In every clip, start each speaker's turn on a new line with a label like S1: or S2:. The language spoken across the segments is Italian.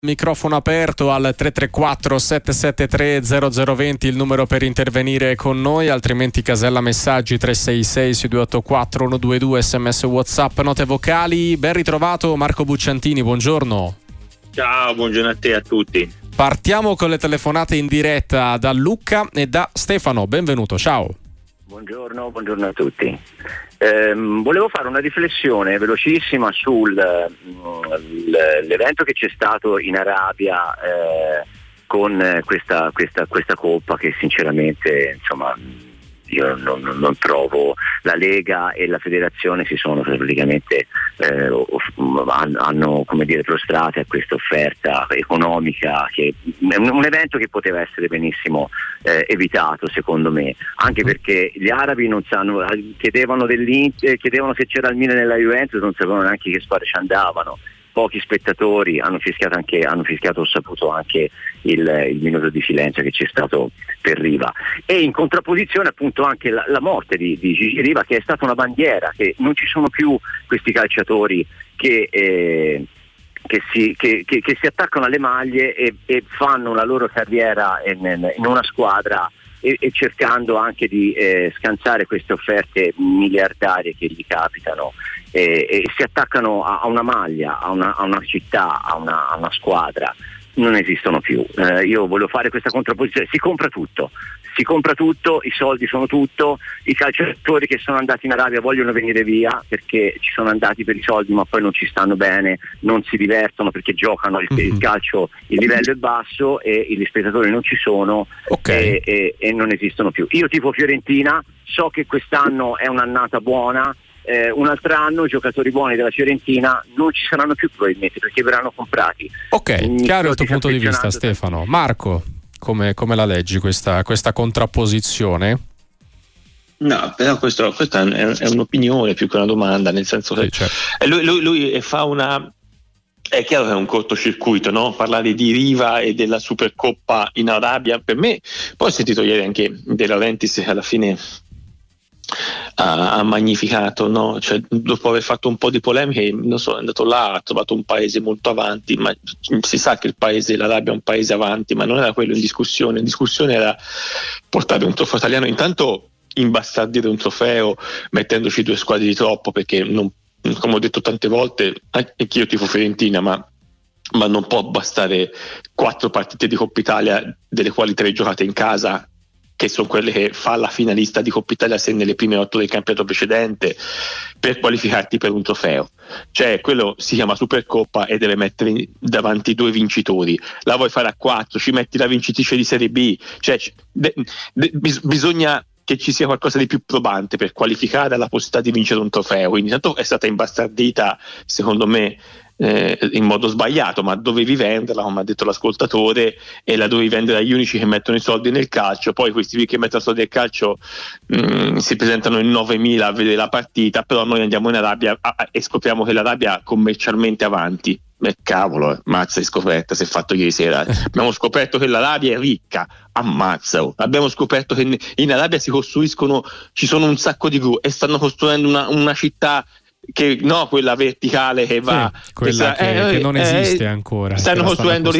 S1: Microfono aperto al 334 773 0020 il numero per intervenire con noi, altrimenti casella messaggi 366 6284 122, sms WhatsApp, note vocali. Ben ritrovato Marco Bucciantini, buongiorno.
S2: Ciao, buongiorno a te e a tutti.
S1: Partiamo con le telefonate in diretta da Lucca e da Stefano, benvenuto, ciao.
S3: Buongiorno a tutti. Volevo fare una riflessione velocissima sull'evento che c'è stato in Arabia con questa coppa che sinceramente insomma io non trovo. La Lega e la Federazione si sono praticamente hanno prostrate a questa offerta economica, che è un evento che poteva essere benissimo evitato, secondo me, anche perché gli arabi non sanno, chiedevano se c'era il Milan nella Juventus, non sapevano neanche che squadre ci andavano. Pochi spettatori hanno fischiato, ho saputo, anche il minuto di silenzio che c'è stato per Riva, e in contrapposizione appunto anche la morte di Gigi Riva, che è stata una bandiera, che non ci sono più questi calciatori che si attaccano alle maglie e fanno la loro carriera in una squadra e cercando anche di scansare queste offerte miliardarie che gli capitano, e si attaccano a una maglia, a una città, a una squadra. Non esistono più. Io voglio fare questa contrapposizione. Si compra tutto, i soldi sono tutto. I calciatori che sono andati in Arabia vogliono venire via perché ci sono andati per i soldi, ma poi non ci stanno bene, non si divertono perché giocano il calcio, il livello è basso e gli spettatori non ci sono,
S1: okay.
S3: e non esistono più. Io tifo Fiorentina, so che quest'anno è un'annata buona. Un altro anno i giocatori buoni della Fiorentina non ci saranno più probabilmente perché verranno comprati.
S1: Ok, chiaro il tuo punto di vista, Stefano. Marco, come la leggi questa contrapposizione?
S4: No, però questa è un'opinione più che una domanda, nel senso che
S1: certo.
S4: lui fa una... È chiaro che è un cortocircuito, no? Parlare di Riva e della Supercoppa in Arabia, per me, poi ho sentito ieri anche De Laurentiis che alla fine ha magnificato, no? Cioè, dopo aver fatto un po' di polemiche, non so, è andato là, ha trovato un paese molto avanti, ma si sa che l'Arabia è un paese avanti, ma non era quello in discussione era portare un trofeo italiano, intanto imbastardire un trofeo mettendoci 2 squadre di troppo, perché non, come ho detto tante volte, anch'io tifo Fiorentina, ma non può bastare 4 partite di Coppa Italia, delle quali 3 giocate in casa, che sono quelle che fa la finalista di Coppa Italia se nelle prime 8 del campionato precedente, per qualificarti per un trofeo. Cioè, quello si chiama Supercoppa e deve mettere davanti 2 vincitori. La vuoi fare a 4, ci metti la vincitrice di Serie B, cioè bisogna che ci sia qualcosa di più probante per qualificare la possibilità di vincere un trofeo. Quindi tanto è stata imbastardita, secondo me, in modo sbagliato, ma dovevi venderla, come ha detto l'ascoltatore, e la dovevi vendere agli unici che mettono i soldi nel calcio. Poi questi che mettono i soldi nel calcio si presentano in 9.000 a vedere la partita, però noi andiamo in Arabia e scopriamo che l'Arabia commercialmente avanti. Cavolo, mazza di scoperta si è fatto ieri sera. Abbiamo scoperto che l'Arabia è ricca, ammazza. Abbiamo scoperto che in Arabia ci sono un sacco di gru e stanno costruendo una città che quella verticale che va,
S1: sì, quella che non esiste ancora.
S4: Stanno costruendo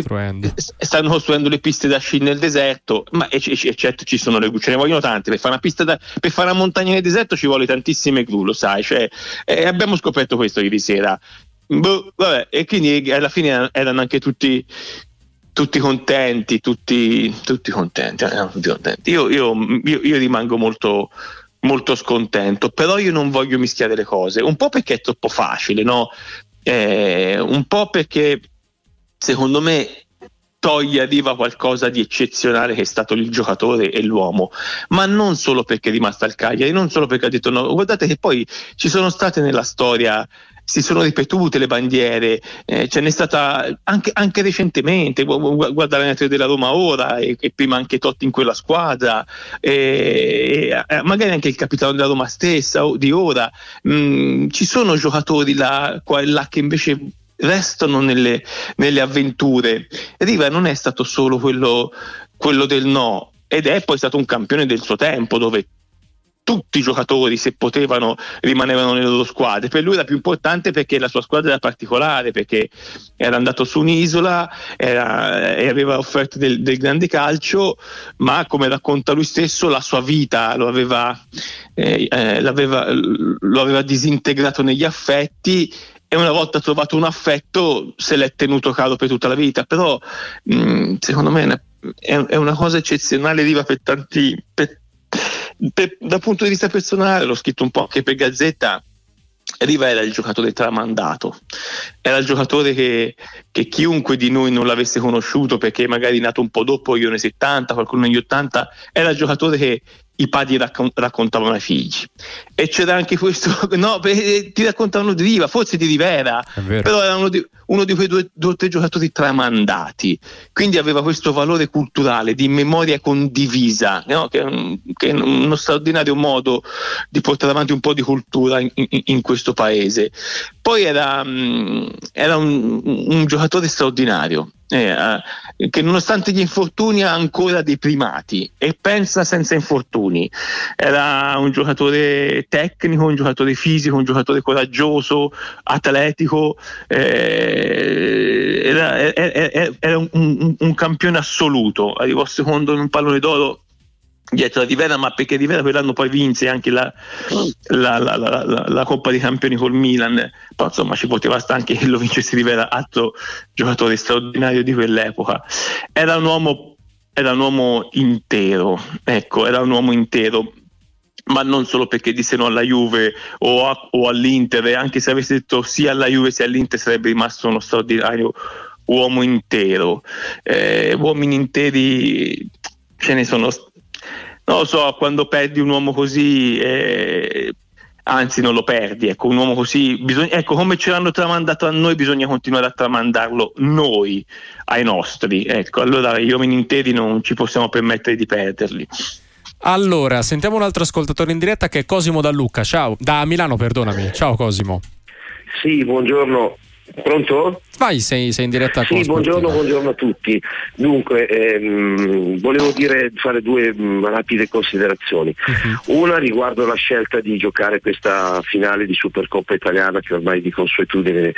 S4: le piste da sci nel deserto, ma certo ce ne vogliono tante. Per fare una montagna nel deserto ci vuole tantissime gru, lo sai, cioè, abbiamo scoperto questo ieri sera. Vabbè, e quindi alla fine erano anche tutti contenti, tutti contenti. Io rimango molto molto scontento, però io non voglio mischiare le cose, un po' perché è troppo facile, no? Un po' perché secondo me toglie a Riva qualcosa di eccezionale che è stato il giocatore e l'uomo, ma non solo perché è rimasta al Cagliari, non solo perché ha detto no. Guardate che poi ci sono state nella storia, si sono ripetute le bandiere, ce n'è stata anche recentemente, guarda l'allenatore della Roma ora e prima anche Totti in quella squadra, magari anche il capitano della Roma stessa di ora. Ci sono giocatori qua e là che invece restano nelle avventure. Riva non è stato solo quello del no, ed è poi stato un campione del suo tempo, dove tutti i giocatori, se potevano, rimanevano nelle loro squadre. Per lui era più importante perché la sua squadra era particolare, perché era andato su un'isola e aveva offerte del grande calcio, ma come racconta lui stesso la sua vita lo aveva disintegrato negli affetti, e una volta trovato un affetto se l'è tenuto caro per tutta la vita. Però secondo me è una cosa eccezionale, Riva, per tanti, dal punto di vista personale. L'ho scritto un po' anche per Gazzetta. Riva era il giocatore tramandato, era il giocatore che chiunque di noi non l'avesse conosciuto, perché magari nato un po' dopo, io nei 70, qualcuno negli 80, era il giocatore che i padri raccontavano ai figli. E c'era anche questo, no, ti raccontavano di Riva, forse di Rivera, però era uno di quei due o tre giocatori tramandati, quindi aveva questo valore culturale di memoria condivisa, no? che è uno straordinario modo di portare avanti un po' di cultura in questo paese. Poi era un giocatore straordinario, che nonostante gli infortuni ha ancora dei primati e pensa senza infortuni. Era un giocatore tecnico, un giocatore fisico, un giocatore coraggioso, atletico, era un campione assoluto. Arrivò secondo in un pallone d'oro dietro a Rivera, ma perché Rivera quell'anno poi vinse anche la Coppa dei Campioni col Milan. Poi insomma ci poteva stare anche che lo vincesse Rivera, altro giocatore straordinario di quell'epoca. Era un uomo intero, ecco, era un uomo intero, ma non solo perché disse no alla Juve o all'Inter, anche se avesse detto sì alla Juve sia all'Inter sarebbe rimasto uno straordinario uomo intero. Uomini interi ce ne sono. Non lo so, quando perdi un uomo così, anzi non lo perdi, ecco, un uomo così ecco, come ce l'hanno tramandato a noi, bisogna continuare a tramandarlo noi ai nostri, ecco. Allora gli uomini interi non ci possiamo permettere di perderli.
S1: Allora, sentiamo un altro ascoltatore in diretta, che è Cosimo da Lucca. Ciao, da Milano, perdonami. Ciao Cosimo.
S5: Sì, buongiorno. Pronto?
S1: Vai, sei in diretta con
S5: Sì, buongiorno a tutti. Dunque, volevo fare due rapide considerazioni. Una riguardo la scelta di giocare questa finale di Supercoppa italiana, che ormai di consuetudine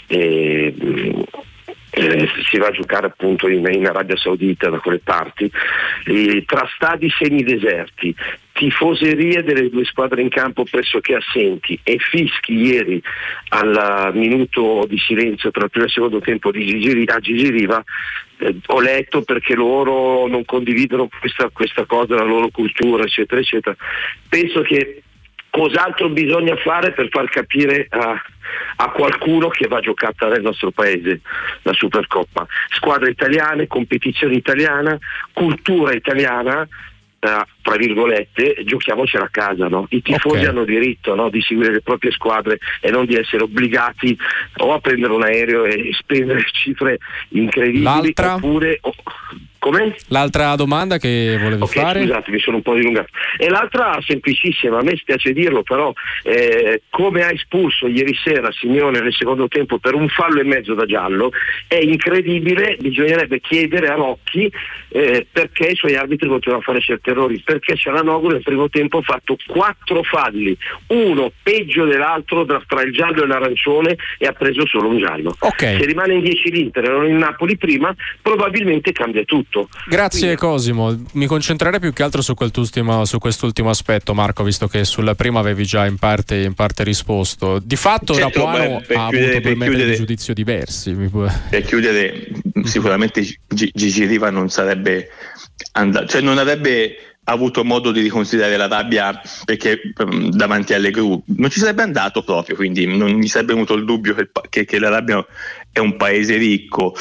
S5: si va a giocare appunto in Arabia Saudita, da quelle parti, tra stadi semideserti, tifoserie delle due squadre in campo pressoché assenti e fischi ieri al minuto di silenzio tra il primo e il secondo tempo di Gigi Riva. Ho letto perché loro non condividono questa cosa, la loro cultura, eccetera eccetera. Penso che cos'altro bisogna fare per far capire a qualcuno che va giocata nel nostro paese la Supercoppa? Squadre italiane, competizione italiana, cultura italiana, tra virgolette, giochiamocela a casa, no? I tifosi hanno diritto, no, di seguire le proprie squadre e non di essere obbligati o a prendere un aereo e spendere cifre incredibili. Oppure come?
S1: L'altra domanda che volevo fare?
S5: Scusate, mi sono un po' dilungato. E l'altra semplicissima, a me spiace dirlo, però come ha espulso ieri sera Simeone nel secondo tempo per un fallo e mezzo da giallo, è incredibile. Bisognerebbe chiedere a Rocchi perché i suoi arbitri continuano a fare certi errori, perché Cialanoglu nel primo tempo ha fatto 4 falli, uno peggio dell'altro tra il giallo e l'arancione, e ha preso solo un giallo. Se rimane in 10 l'Inter e non il Napoli prima, probabilmente cambia tutto.
S1: Grazie. Quindi, Cosimo, mi concentrerei più che altro su quest'ultimo aspetto, Marco, visto che sulla prima avevi già in parte risposto. Di fatto Rapuano ha avuto dei metodi di giudizio diversi.
S4: Per chiudere, sicuramente Gigi Riva non sarebbe andato, cioè non avrebbe avuto modo di riconsiderare l'Arabia, perché davanti alle gru non ci sarebbe andato proprio, quindi non mi sarebbe venuto il dubbio che l'Arabia è un paese ricco.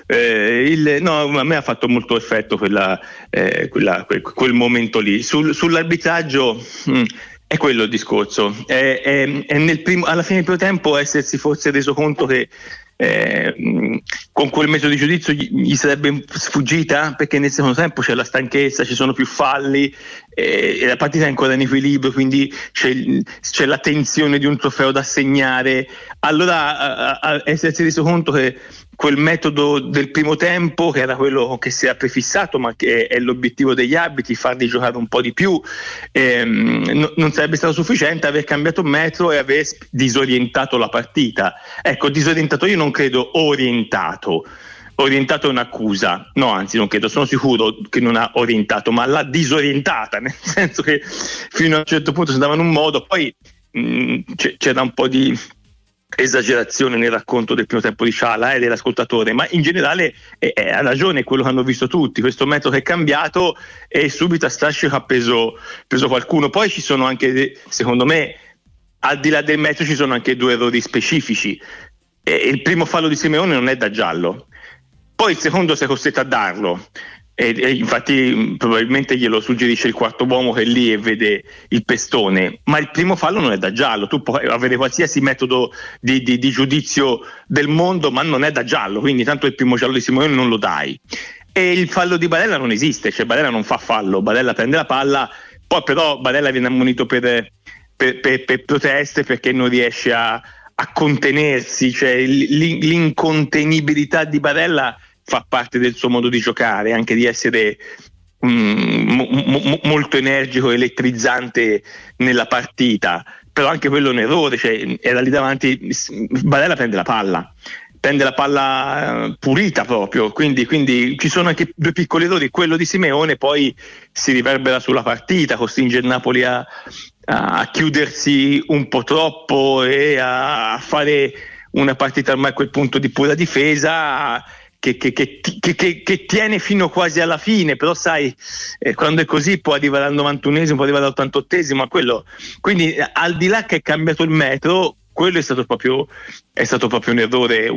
S4: A me ha fatto molto effetto quel momento lì. Sull'arbitraggio è quello il discorso, è alla fine del primo tempo essersi forse reso conto che con quel metodo di giudizio gli sarebbe sfuggita, perché nel secondo tempo c'è la stanchezza, ci sono più falli e la partita è ancora in equilibrio, quindi c'è la tensione di un trofeo da assegnare. Allora essersi reso conto che quel metodo del primo tempo, che era quello che si era prefissato, ma che è l'obiettivo degli arbitri, farli giocare un po' di più, non sarebbe stato sufficiente aver cambiato metro e aver disorientato la partita. Ecco, disorientato io non credo, orientato è un'accusa, no, anzi non credo, sono sicuro che non ha orientato, ma l'ha disorientata, nel senso che fino a un certo punto si andava in un modo, poi c'era un po' di esagerazione nel racconto del primo tempo di Sciala e dell'ascoltatore, ma in generale ha ragione quello che hanno visto tutti, questo metodo che è cambiato e subito a Stashik ha preso qualcuno. Poi ci sono anche, secondo me, al di là del metodo ci sono anche due errori specifici. Il primo fallo di Simeone non è da giallo, poi il secondo sei costretto a darlo, e infatti probabilmente glielo suggerisce il quarto uomo che è lì e vede il pestone, ma il primo fallo non è da giallo. Tu puoi avere qualsiasi metodo di giudizio del mondo, ma non è da giallo, quindi tanto il primo giallo di Simeone non lo dai. E il fallo di Barella non esiste, cioè Barella non fa fallo, Barella prende la palla, poi però Barella viene ammonito per proteste perché non riesce a contenersi, cioè l'incontenibilità di Barella fa parte del suo modo di giocare, anche di essere molto energico, elettrizzante nella partita, però anche quello è un errore, cioè era lì davanti, Barella prende la palla pulita proprio, quindi ci sono anche due piccoli errori, quello di Simeone poi si riverbera sulla partita, costringe il Napoli a chiudersi un po' troppo e a fare una partita ormai a quel punto di pura difesa che tiene fino quasi alla fine, però sai, quando è così può arrivare al 91esimo, può arrivare all'88esimo, quindi al di là che è cambiato il metro, quello è stato proprio un errore,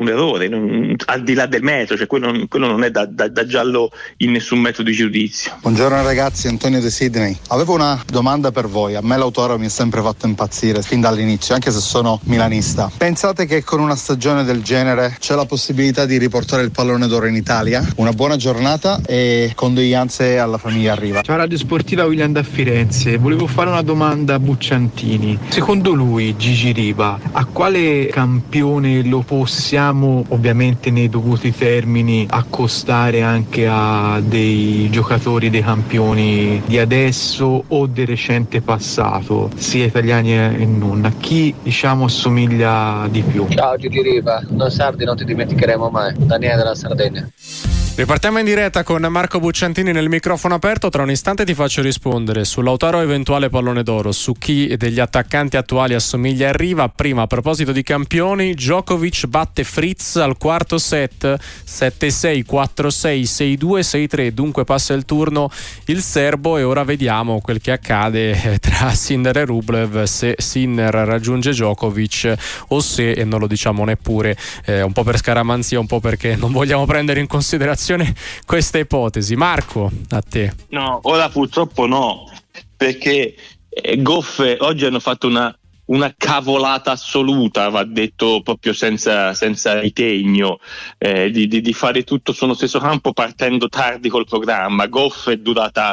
S4: al di là del metro, cioè quello non è da giallo in nessun metodo di giudizio.
S6: Buongiorno ragazzi, Antonio De Sydney. Avevo una domanda per voi. A me Lautaro mi ha sempre fatto impazzire fin dall'inizio, anche se sono milanista. Pensate che con una stagione del genere c'è la possibilità di riportare il pallone d'oro in Italia? Una buona giornata e condoglianze alla famiglia Riva.
S7: Ciao Radio Sportiva, William da Firenze. Volevo fare una domanda a Bucciantini. Secondo lui Gigi Riva a quale campione lo possiamo, ovviamente nei dovuti termini, accostare anche a dei giocatori, dei campioni di adesso o del recente passato, sia italiani e non? A chi assomiglia di più?
S8: Ciao Gigi Riva, noi sardi non ti dimenticheremo mai. Daniele della Sardegna.
S1: Ripartiamo in diretta con Marco Bucciantini nel microfono aperto. Tra un istante ti faccio rispondere su Lautaro eventuale pallone d'oro, su chi degli attaccanti attuali assomiglia a Riva. Prima, a proposito di campioni, Djokovic batte Fritz al quarto set 7-6, 4-6, 6-2, 6-3. Dunque passa il turno il serbo e ora vediamo quel che accade tra Sinner e Rublev, se Sinner raggiunge Djokovic o se, e non lo diciamo neppure, un po' per scaramanzia, un po' perché non vogliamo prendere in considerazione questa ipotesi. Marco, a te.
S4: No, ora purtroppo no, perché Goffe oggi hanno fatto una cavolata assoluta, va detto proprio senza ritegno, di fare tutto sullo stesso campo partendo tardi col programma. Goffe doveva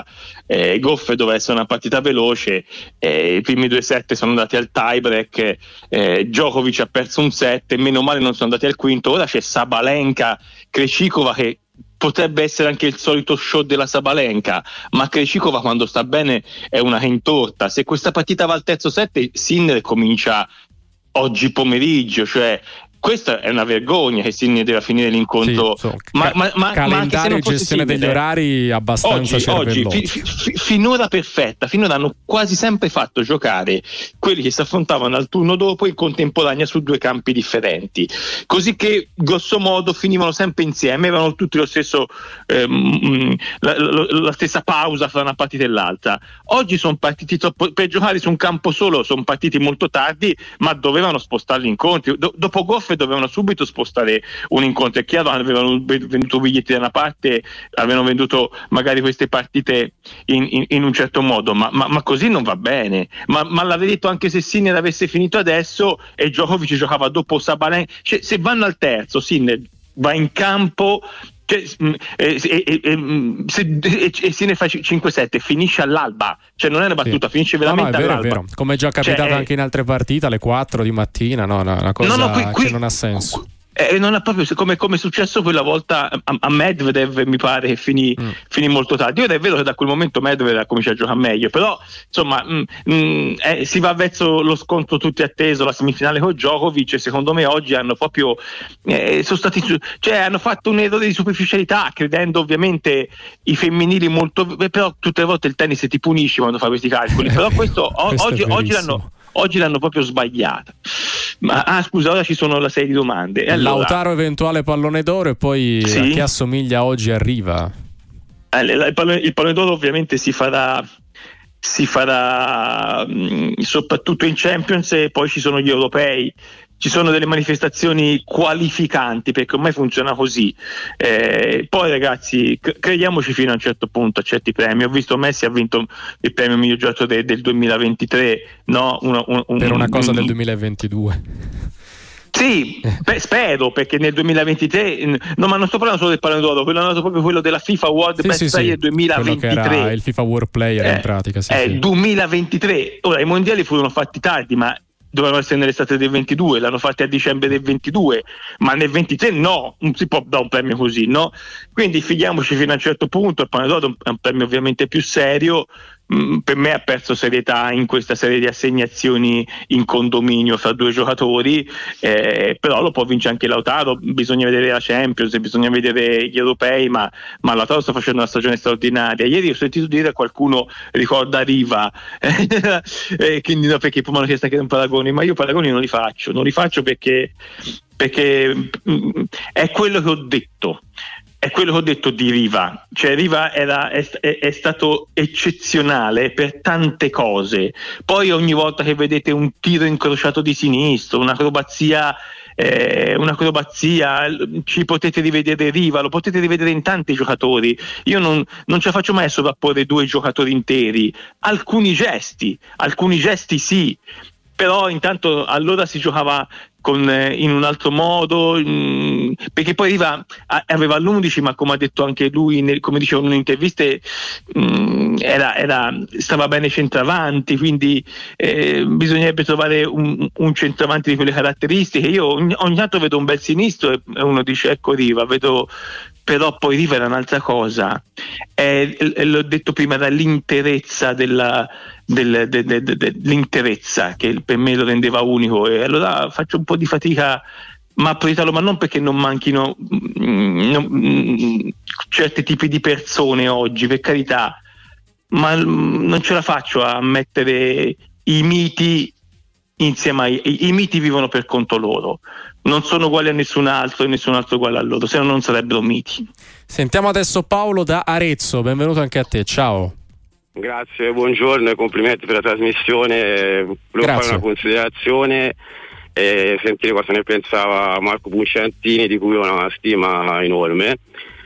S4: essere una partita veloce, i primi 2 set sono andati al tie break, Djokovic ha perso un set e meno male non sono andati al quinto. Ora c'è Sabalenka, Krejcikova, che potrebbe essere anche il solito show della Sabalenka, ma Krejcikova quando sta bene è una che intorta. Se questa partita va al terzo set, Sinner comincia oggi pomeriggio, cioè questa è una vergogna che Sinner deve finire l'incontro.
S1: Sì, calendario e gestione degli orari abbastanza cervelloso.
S4: Finora perfetta, finora hanno quasi sempre fatto giocare quelli che si affrontavano al turno dopo in contemporanea su 2 campi differenti, così che grosso modo finivano sempre insieme, avevano tutti lo stesso la stessa pausa fra una partita e l'altra. Oggi sono partiti troppo, per giocare su un campo solo sono partiti molto tardi, ma dovevano spostare gli incontri. Dopo Goffe dovevano subito spostare un incontro. È chiaro, avevano venduto biglietti da una parte, avevano venduto magari queste partite in un certo modo, ma così non va bene. Ma l'avrei detto anche se Sinner avesse finito adesso e Djokovic giocava dopo Sabalenka. Cioè, se vanno al terzo, Sinner va in campo, se ne fa 5-7 finisce all'alba, cioè non è una battuta, finisce veramente all'alba.
S1: È vero. Come è già capitato anche in altre partite alle 4 di mattina, una cosa che non ha senso.
S4: non ha proprio, come è successo quella volta a Medvedev, mi pare che finì molto tardi. Ora è vero che da quel momento Medvedev ha cominciato a giocare meglio, però insomma si va verso lo scontro tutti atteso, la semifinale con Djokovic, e secondo me oggi hanno proprio hanno fatto un errore di superficialità, credendo ovviamente i femminili molto, però tutte le volte il tennis ti punisce quando fa questi calcoli, però questo oggi l'hanno proprio sbagliata. Scusa, ora ci sono la serie di domande. Allora,
S1: Lautaro eventuale pallone d'oro, e poi a chi assomiglia oggi arriva?
S4: Il pallone d'oro ovviamente si farà soprattutto in Champions, e poi ci sono gli europei. Ci sono delle manifestazioni qualificanti, perché ormai funziona così. Poi ragazzi, crediamoci fino a un certo punto a certi premi. Ho visto Messi ha vinto il premio miglior giocatore del 2023, no?
S1: Per una cosa del 2022.
S4: Sì, spero, perché nel 2023 ma non sto parlando solo del pallone d'oro, quello è andato proprio quello della FIFA World Best Player 2023,
S1: quello che era il FIFA World Player in pratica.
S4: 2023. Ora i mondiali furono fatti tardi, ma dovevano essere nell'estate del 22, l'hanno fatti a dicembre del 22, ma nel 23 no, non si può dare un premio così, no? Quindi fidiamoci fino a un certo punto. Il pallone d'oro è un premio ovviamente più serio. Per me ha perso serietà in questa serie di assegnazioni in condominio fra due giocatori, però lo può vincere anche Lautaro. Bisogna vedere la Champions, bisogna vedere gli europei, ma Lautaro sta facendo una stagione straordinaria. Ieri ho sentito dire a qualcuno, ricorda Riva, quindi no, perché poi mi hanno chiesto anche un paragone, ma io paragoni non li faccio perché è quello che ho detto. È quello che ho detto di Riva, cioè Riva è stato eccezionale per tante cose. Poi ogni volta che vedete un tiro incrociato di sinistro, un'acrobazia, ci potete rivedere Riva, lo potete rivedere in tanti giocatori. Io non ce la faccio mai a sovrapporre due giocatori interi. Alcuni gesti sì, però intanto allora si giocava in un altro modo, perché poi Riva aveva l'11, ma come ha detto anche lui, come dicevo in un'intervista, stava bene centravanti, quindi bisognerebbe trovare un centravanti di quelle caratteristiche. Io ogni tanto vedo un bel sinistro e uno dice ecco Riva, però poi Riva era un'altra cosa, l'ho detto prima, dall'interezza l'interezza che per me lo rendeva unico, e allora faccio un po' di fatica a proiettarlo, ma non perché non manchino certi tipi di persone oggi, per carità, ma non ce la faccio a mettere i miti insieme i miti vivono per conto loro, non sono uguali a nessun altro e nessun altro uguale a loro, se no non sarebbero miti.
S1: Sentiamo adesso Paolo da Arezzo, benvenuto anche a te, ciao.
S9: Grazie, buongiorno e complimenti per la trasmissione. Volevo fare una considerazione e sentire cosa ne pensava Marco Bucciantini, di cui ho una stima enorme.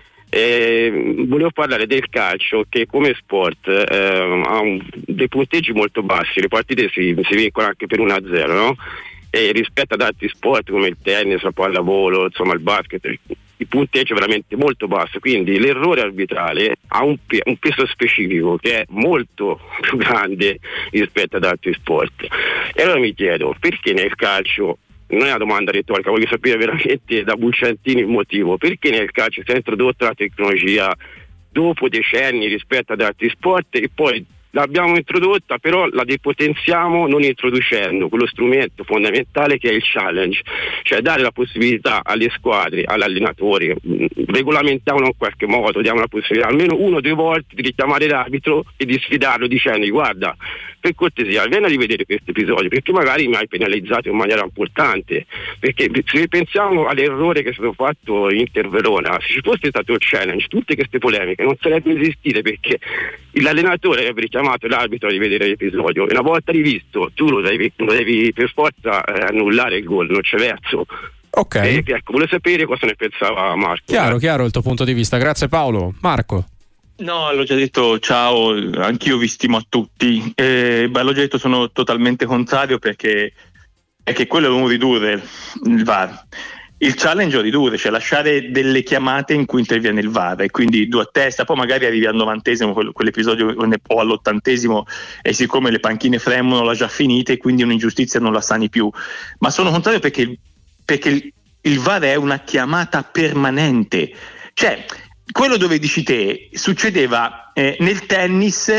S9: Volevo parlare del calcio, che come sport ha dei punteggi molto bassi, le partite si vincono anche per 1-0, no? E rispetto ad altri sport come il tennis, la pallavolo, insomma il basket, il punteggio è veramente molto basso, quindi l'errore arbitrale ha un peso specifico che è molto più grande rispetto ad altri sport. E allora mi chiedo, perché nel calcio, non è una domanda retorica, voglio sapere veramente da Bucciantini il motivo, perché nel calcio si è introdotta la tecnologia dopo decenni rispetto ad altri sport, e poi l'abbiamo introdotta, però la depotenziamo non introducendo quello strumento fondamentale che è il challenge, cioè dare la possibilità alle squadre, agli allenatori, regolamentiamolo in qualche modo, diamo la possibilità almeno 1 o 2 volte di richiamare l'arbitro e di sfidarlo dicendo guarda, per cortesia vieni a rivedere questi episodi perché magari mi hai penalizzato in maniera importante, perché se pensiamo all'errore che è stato fatto in Inter Verona, se ci fosse stato il challenge tutte queste polemiche non sarebbero esistite, perché l'allenatore avrebbe richiamato l'arbitro a rivedere l'episodio e una volta rivisto tu lo devi per forza annullare il gol, non c'è verso.
S1: Ok,
S9: ecco, volevo sapere cosa ne pensava Marco.
S1: Chiaro il tuo punto di vista, grazie Paolo. Marco?
S4: No, l'ho già detto, ciao, anch'io vi stimo a tutti, l'ho già detto, sono totalmente contrario, perché è che quello è un ridurre il VAR. Il challenge è ridurre, cioè lasciare delle chiamate in cui interviene il VAR, e quindi 2 a testa, poi magari arrivi al 90esimo quell'episodio o all'80esimo, e siccome le panchine fremono l'ha già finita e quindi un'ingiustizia non la sani più. Ma sono contrario perché il VAR è una chiamata permanente, cioè quello dove dici te succedeva nel tennis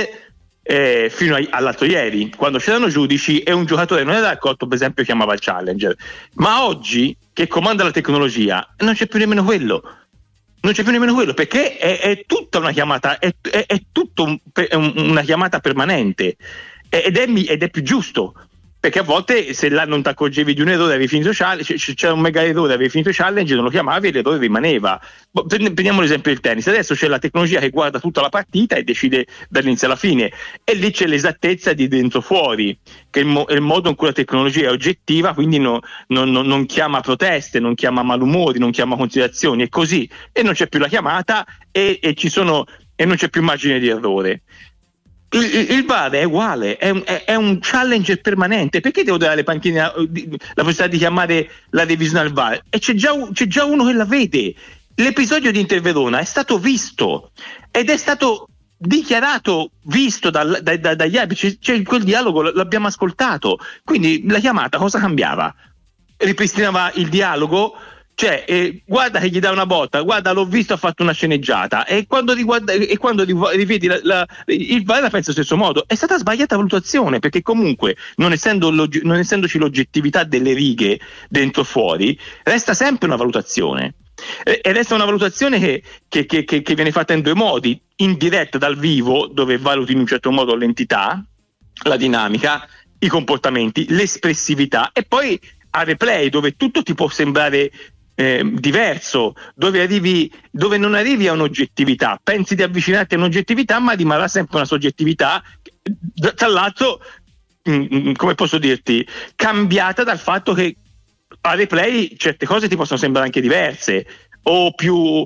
S4: fino all'altro ieri, quando c'erano giudici e un giocatore non era d'accordo, per esempio chiamava il challenger, ma oggi che comanda la tecnologia non c'è più nemmeno quello. Non c'è più nemmeno quello, perché è tutta una chiamata, è tutto una chiamata permanente ed è più giusto, perché a volte se là non ti accorgevi di un errore, avevi finito challenge, c'era un mega errore, avevi finito challenge, non lo chiamavi e l'errore rimaneva. Prendiamo l'esempio del tennis, adesso c'è la tecnologia che guarda tutta la partita e decide dall'inizio alla fine, e lì c'è l'esattezza di dentro fuori, che è il modo in cui la tecnologia è oggettiva, quindi non chiama proteste, non chiama malumori, non chiama considerazioni, è così, e non c'è più la chiamata e non c'è più margine di errore. Il VAR è uguale, è un challenger permanente. Perché devo dare alle panchine la possibilità di chiamare la revisione al VAR? E c'è già uno che la vede. L'episodio di Inter-Verona è stato visto ed è stato dichiarato, visto dagli arbitri, c'è quel dialogo, l'abbiamo ascoltato. Quindi la chiamata cosa cambiava? Ripristinava il dialogo? Cioè, guarda che gli dà una botta, guarda l'ho visto, ha fatto una sceneggiata, e quando rivedi il VAR la pensa allo stesso modo. È stata sbagliata valutazione, perché comunque non essendoci l'oggettività delle righe dentro fuori, resta sempre una valutazione, e resta una valutazione che viene fatta in due modi: in diretta dal vivo, dove valuti in un certo modo l'entità, la dinamica, i comportamenti, l'espressività, e poi a replay, dove tutto ti può sembrare diverso, dove non arrivi a un'oggettività, pensi di avvicinarti a un'oggettività, ma rimarrà sempre una soggettività, tra l'altro come posso dirti, cambiata dal fatto che a replay certe cose ti possono sembrare anche diverse o più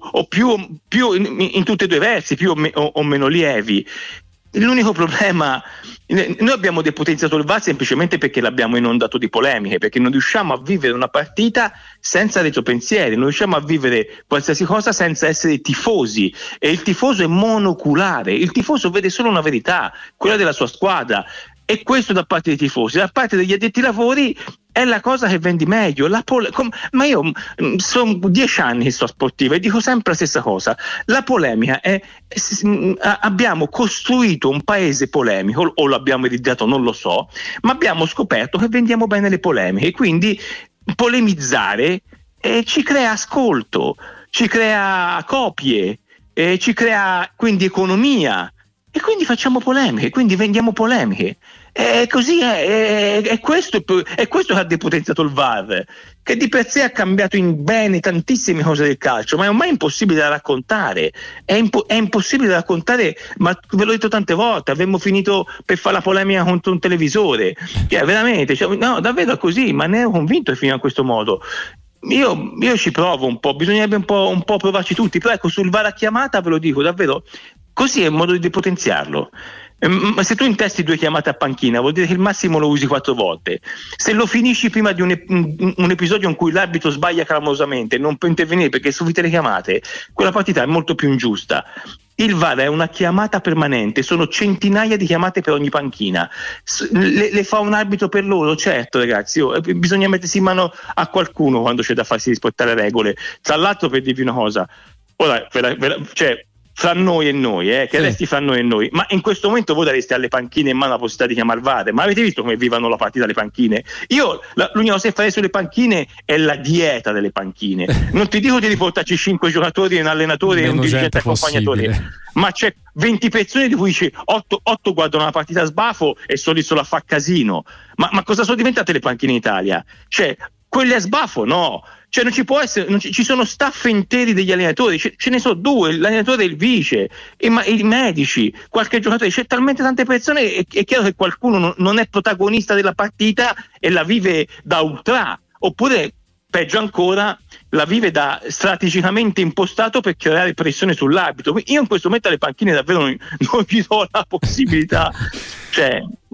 S4: in tutti e due i versi, più o meno lievi. L'unico problema, noi abbiamo depotenziato il VAR semplicemente perché l'abbiamo inondato di polemiche, perché non riusciamo a vivere una partita senza retropensieri, non riusciamo a vivere qualsiasi cosa senza essere tifosi, e il tifoso è monoculare, il tifoso vede solo una verità, quella della sua squadra, e questo da parte dei tifosi. Da parte degli addetti ai lavori è la cosa che vendi meglio. Ma io sono 10 anni che sto sportiva e dico sempre la stessa cosa: la polemica abbiamo costruito un paese polemico, o l'abbiamo ereditato, non lo so, ma abbiamo scoperto che vendiamo bene le polemiche, quindi polemizzare ci crea ascolto, ci crea copie, ci crea quindi economia, e quindi facciamo polemiche, quindi vendiamo polemiche. Così è questo che ha depotenziato il VAR, che di per sé ha cambiato in bene tantissime cose del calcio, ma è ormai impossibile da raccontare. È impossibile da raccontare, ma ve l'ho detto tante volte, avremmo finito per fare la polemica contro un televisore. Veramente, no, davvero è così, ma ne ero convinto che finiva in questo modo. Io ci provo un po', bisognerebbe un po' provarci tutti, però ecco, sul VAR a chiamata ve lo dico davvero, così è il modo di depotenziarlo. Ma se tu intesti 2 chiamate a panchina, vuol dire che il massimo lo usi 4 volte. Se lo finisci prima di un episodio in cui l'arbitro sbaglia clamorosamente, non può intervenire perché su tutte le chiamate, quella partita è molto più ingiusta. Il VAR è una chiamata permanente, sono centinaia di chiamate per ogni panchina. Le fa un arbitro per loro? Certo, ragazzi, bisogna mettersi in mano a qualcuno quando c'è da farsi rispettare regole. Tra l'altro, per dirvi una cosa, ora fra noi e noi, che resti fra noi e noi, ma in questo momento voi dareste alle panchine in mano la possibilità di chiamare VAR? Ma avete visto come vivono la partita le panchine? Io l'unica cosa che farei sulle panchine è la dieta delle panchine. Non ti dico di riportarci 5 giocatori, un allenatore e un dirigente accompagnatore, ma c'è 20 persone di cui dice 8 guardano la partita a sbafo e sono lì solo a fa casino. Ma cosa sono diventate le panchine in Italia? Cioè, quelle a sbafo no. Cioè non ci può essere, ci sono staff interi degli allenatori, ce ne sono 2, l'allenatore e il vice, i medici, qualche giocatore, c'è talmente tante persone, è chiaro che qualcuno non è protagonista della partita e la vive da ultra, oppure peggio ancora la vive da strategicamente impostato per creare pressione sull'arbitro. Io in questo momento alle panchine davvero non gli do la possibilità, cioè dai.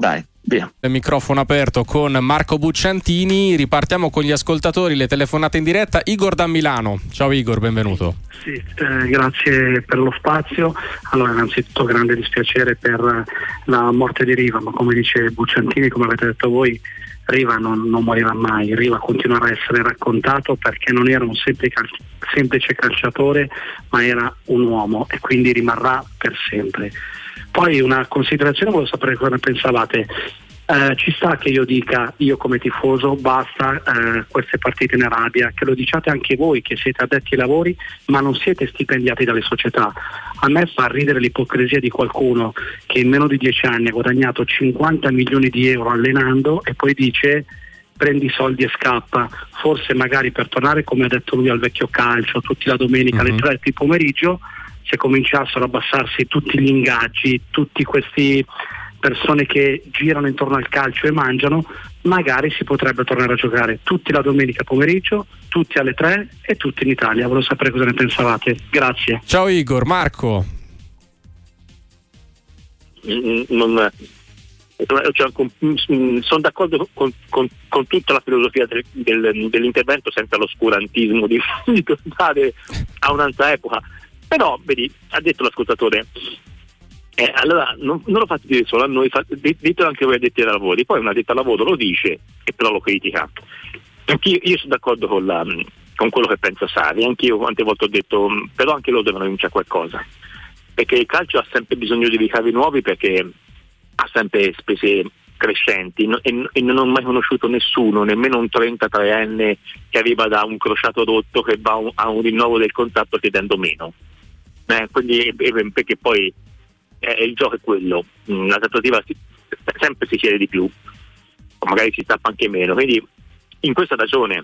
S4: Via.
S1: Il microfono aperto con Marco Bucciantini. Ripartiamo con gli ascoltatori, le telefonate in diretta. Igor da Milano. Ciao Igor, benvenuto.
S10: Sì, grazie per lo spazio. Allora, innanzitutto grande dispiacere per la morte di Riva, ma come dice Bucciantini, come avete detto voi, Riva non morirà mai. Riva continuerà a essere raccontato perché non era un semplice calciatore, ma era un uomo, e quindi rimarrà per sempre. Poi una considerazione, volevo sapere cosa ne pensavate. Ci sta che io dica, io come tifoso, basta queste partite in Arabia, che lo diciate anche voi che siete addetti ai lavori ma non siete stipendiati dalle società. A me fa ridere l'ipocrisia di qualcuno che in meno di 10 anni ha guadagnato 50 milioni di euro allenando e poi dice prendi i soldi e scappa, forse magari per tornare, come ha detto lui, al vecchio calcio, tutti la domenica alle 3 di pomeriggio, se cominciassero a abbassarsi tutti gli ingaggi, tutti questi persone che girano intorno al calcio e mangiano, magari si potrebbe tornare a giocare tutti la domenica pomeriggio, tutti alle 3 e tutti in Italia. Volevo sapere cosa ne pensavate. Grazie.
S1: Ciao Igor. Marco.
S4: Sono d'accordo con tutta la filosofia dell'intervento, senza l'oscurantismo di tornare a un'altra epoca, però vedi, ha detto l'ascoltatore, allora non lo fate dire solo a noi, ditelo anche voi addetti ai lavori. Poi un addetto al lavoro lo dice e però lo critica. Io sono d'accordo con quello che pensa Sarri, anch'io quante volte ho detto però anche loro devono rinunciare a qualcosa, perché il calcio ha sempre bisogno di ricavi nuovi, perché ha sempre spese crescenti e non ho mai conosciuto nessuno, nemmeno un 33enne che arriva da un crociato rotto che va a un rinnovo del contratto chiedendo meno, quindi perché poi il gioco è quello, la trattativa sempre si chiede di più, o magari si tappa anche meno, quindi in questa ragione.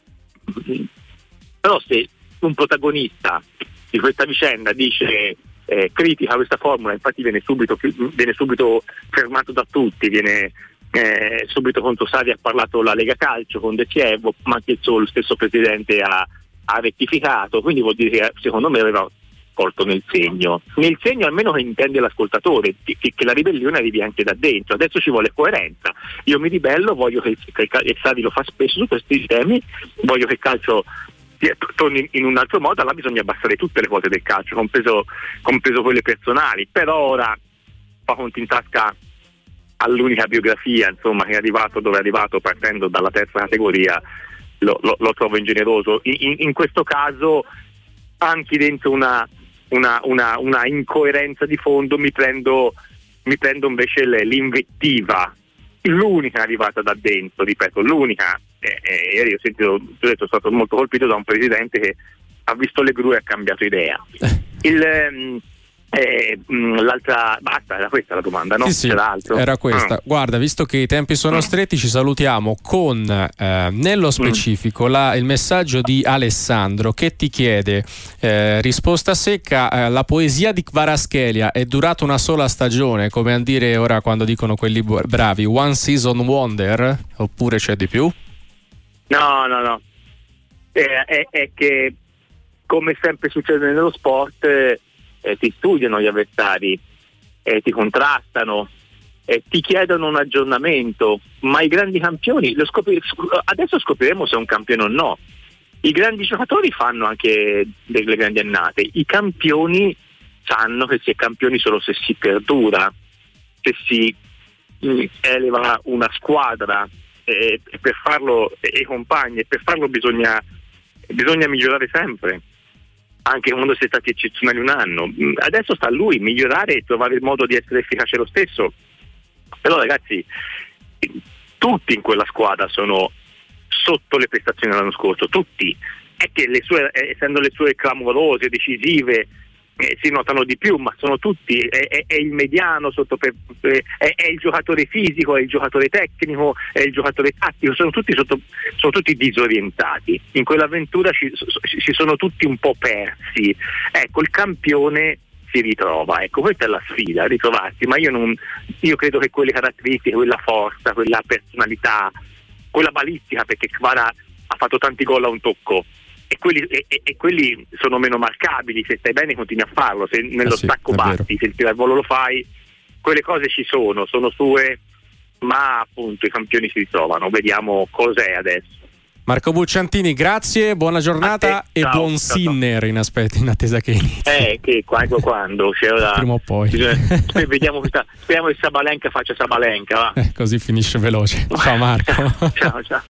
S4: Però se un protagonista di questa vicenda dice critica questa formula, infatti viene subito fermato da tutti, viene subito contro Sarri, ha parlato la Lega Calcio con De Chievo, ma anche lo stesso presidente ha rettificato, quindi vuol dire che secondo me aveva colto nel segno almeno che intende l'ascoltatore, che la ribellione arrivi anche da dentro. Adesso ci vuole coerenza, io mi ribello, voglio che Sarri lo fa spesso su questi temi, voglio che il calcio torni in un altro modo, allora bisogna abbassare tutte le quote del calcio, compreso quelle personali, però ora fa conti in tasca all'unica biografia, insomma, che è arrivato dove è arrivato partendo dalla terza categoria, lo trovo ingeneroso. In questo caso anche dentro una incoerenza di fondo mi prendo invece l'invettiva, l'unica arrivata da dentro, ripeto, l'unica. Ieri ho detto, sono stato molto colpito da un presidente che ha visto le gru e ha cambiato idea. L'altra, basta, era questa la domanda, no?
S1: Sì, era questa. Guarda, visto che i tempi sono stretti, ci salutiamo con nello specifico il messaggio di Alessandro che ti chiede risposta secca, la poesia di Kvaratskhelia è durata una sola stagione, come a dire ora quando dicono quelli bravi, one season wonder, oppure c'è di più?
S4: No, è che come sempre succede nello sport, ti studiano gli avversari, ti contrastano, ti chiedono un aggiornamento, ma i grandi campioni adesso scopriremo se è un campione o no. I grandi giocatori fanno anche delle grandi annate, i campioni sanno che si è campioni solo se si perdura, se si eleva una squadra, e per farlo i compagni, e per farlo bisogna migliorare sempre, anche quando si è stati eccezionali un anno. Adesso sta a lui migliorare e trovare il modo di essere efficace lo stesso. Però ragazzi, tutti in quella squadra sono sotto le prestazioni dell'anno scorso, tutti. È che essendo le sue clamorose, decisive, si notano di più, ma sono tutti, è il mediano è il giocatore fisico, è il giocatore tecnico, è il giocatore tattico, sono tutti disorientati. In quell'avventura si sono tutti un po' persi. Ecco, il campione si ritrova, ecco, questa è la sfida, ritrovarsi, ma io credo che quelle caratteristiche, quella forza, quella personalità, quella balistica, perché Kvara ha fatto tanti gol a un tocco, e quelli sono meno marcabili. Se stai bene continui a farlo, se nello stacco batti, se il tiro al volo lo fai, quelle cose ci sono sue,
S2: ma appunto i campioni si ritrovano, vediamo cos'è adesso.
S1: Marco Bucciantini, grazie, buona giornata e
S2: ciao,
S1: buon
S2: ciao.
S1: Sinner in attesa che inizi.
S2: Che quando c'era
S1: prima o poi.
S2: Speriamo che Sabalenka faccia Sabalenka, va.
S1: Così finisce veloce. Ciao Marco.
S2: Ciao.